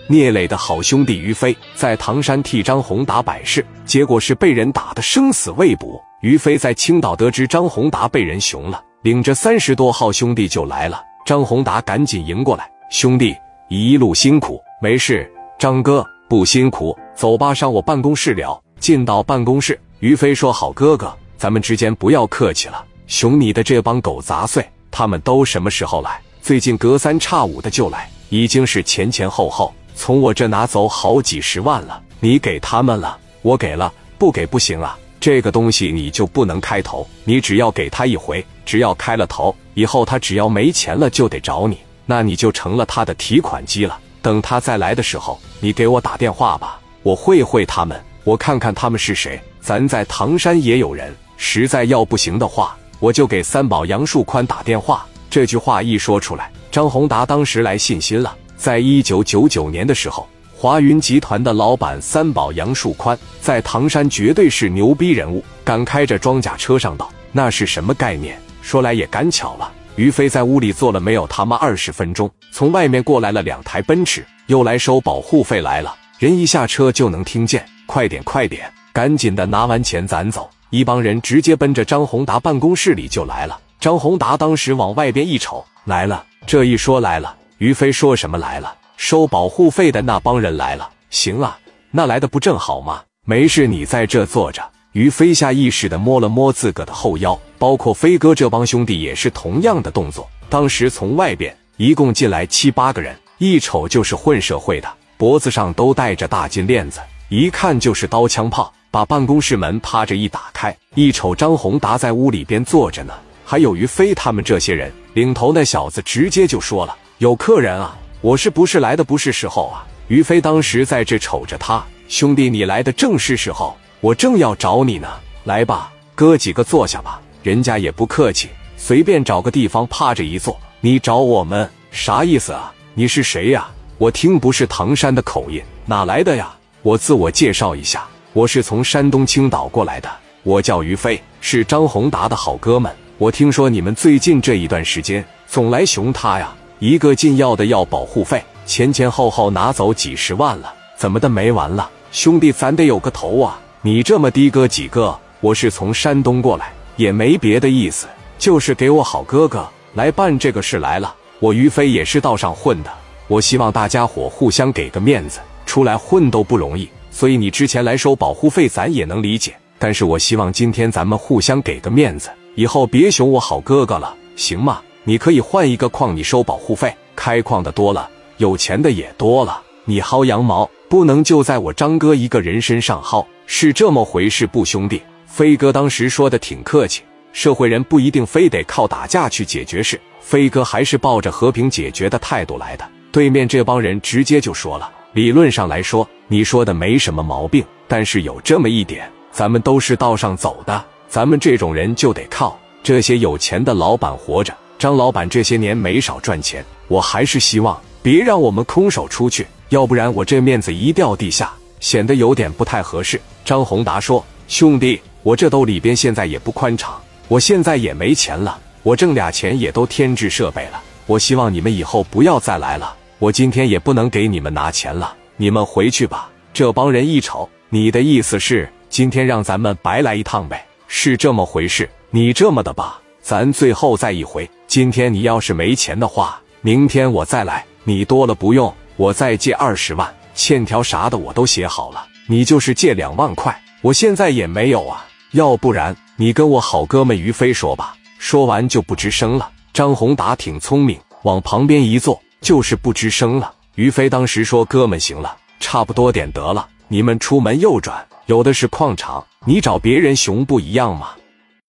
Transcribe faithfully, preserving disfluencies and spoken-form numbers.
聂磊的好兄弟于飞在唐山替张宏达摆事，结果是被人打得生死未卜。于飞在青岛得知张宏达被人熊了，领着三十多号兄弟就来了。张宏达赶紧迎过来：“兄弟，一路辛苦。”“没事，张哥，不辛苦，走吧，上我办公室聊。”进到办公室，于飞说：“好哥哥，咱们之间不要客气了。熊你的这帮狗杂碎，他们都什么时候来？最近隔三差五的就来，已经是前前后后从我这拿走好几十万了。你给他们了，我给了，不给不行啊。这个东西你就不能开头，你只要给他一回，只要开了头，以后他只要没钱了就得找你，那你就成了他的提款机了。等他再来的时候，你给我打电话吧，我会会他们，我看看他们是谁。咱在唐山也有人，实在要不行的话，我就给三宝杨树宽打电话。”这句话一说出来，张宏达当时来信心了。在一九九九年的时候，华云集团的老板三宝杨树宽在唐山绝对是牛逼人物，敢开着装甲车上道，那是什么概念？说来也赶巧了，于飞在屋里坐了没有他妈二十分钟，从外面过来了两台奔驰，又来收保护费来了。人一下车就能听见：“快点快点，赶紧的，拿完钱咱走。”一帮人直接奔着张宏达办公室里就来了。张宏达当时往外边一瞅，来了。这一说来了，于飞说什么来了？收保护费的那帮人来了。行啊，那来的不正好吗？没事，你在这坐着。于飞下意识地摸了摸自个的后腰，包括飞哥这帮兄弟也是同样的动作。当时从外边一共进来七八个人，一瞅就是混社会的，脖子上都戴着大金链子，一看就是刀枪炮。把办公室门趴着一打开，一瞅张宏达在屋里边坐着呢，还有于飞他们这些人。领头那小子直接就说了：“有客人啊，我是不是来的不是时候啊？”于飞当时在这瞅着他：“兄弟，你来的正是时候，我正要找你呢。来吧，哥几个坐下吧。”人家也不客气，随便找个地方趴着一坐。“你找我们啥意思啊？你是谁呀？我听不是唐山的口音，哪来的呀？”“我自我介绍一下，我是从山东青岛过来的，我叫于飞，是张宏达的好哥们。我听说你们最近这一段时间总来熊他呀，一个劲要的要保护费，前前后后拿走几十万了，怎么的没完了？兄弟，咱得有个头啊！你这么的哥几个，我是从山东过来，也没别的意思，就是给我好哥哥来办这个事来了。我于飞也是道上混的，我希望大家伙互相给个面子，出来混都不容易。所以你之前来收保护费咱也能理解，但是我希望今天咱们互相给个面子，以后别熊我好哥哥了，行吗？你可以换一个矿，你收保护费，开矿的多了，有钱的也多了，你薅羊毛不能就在我张哥一个人身上薅，是这么回事不兄弟？飞哥当时说的挺客气，社会人不一定非得靠打架去解决事，飞哥还是抱着和平解决的态度来的。对面这帮人直接就说了，理论上来说你说的没什么毛病，但是有这么一点，咱们都是道上走的，咱们这种人就得靠这些有钱的老板活着。张老板这些年没少赚钱，我还是希望别让我们空手出去，要不然我这面子一掉地下，显得有点不太合适。张宏达说：“兄弟，我这兜里边现在也不宽敞，我现在也没钱了，我挣俩钱也都添置设备了，我希望你们以后不要再来了，我今天也不能给你们拿钱了，你们回去吧。”这帮人一瞅，你的意思是今天让咱们白来一趟呗？是这么回事？你这么的吧，咱最后再一回，今天你要是没钱的话，明天我再来，你多了不用，我再借二十万，欠条啥的我都写好了，你就是借两万块，我现在也没有啊，要不然你跟我好哥们于飞说吧。说完就不吱声了。张宏达挺聪明，往旁边一坐，就是不吱声了。于飞当时说：“哥们，行了，差不多点得了，你们出门右转，有的是矿场，你找别人熊不一样吗？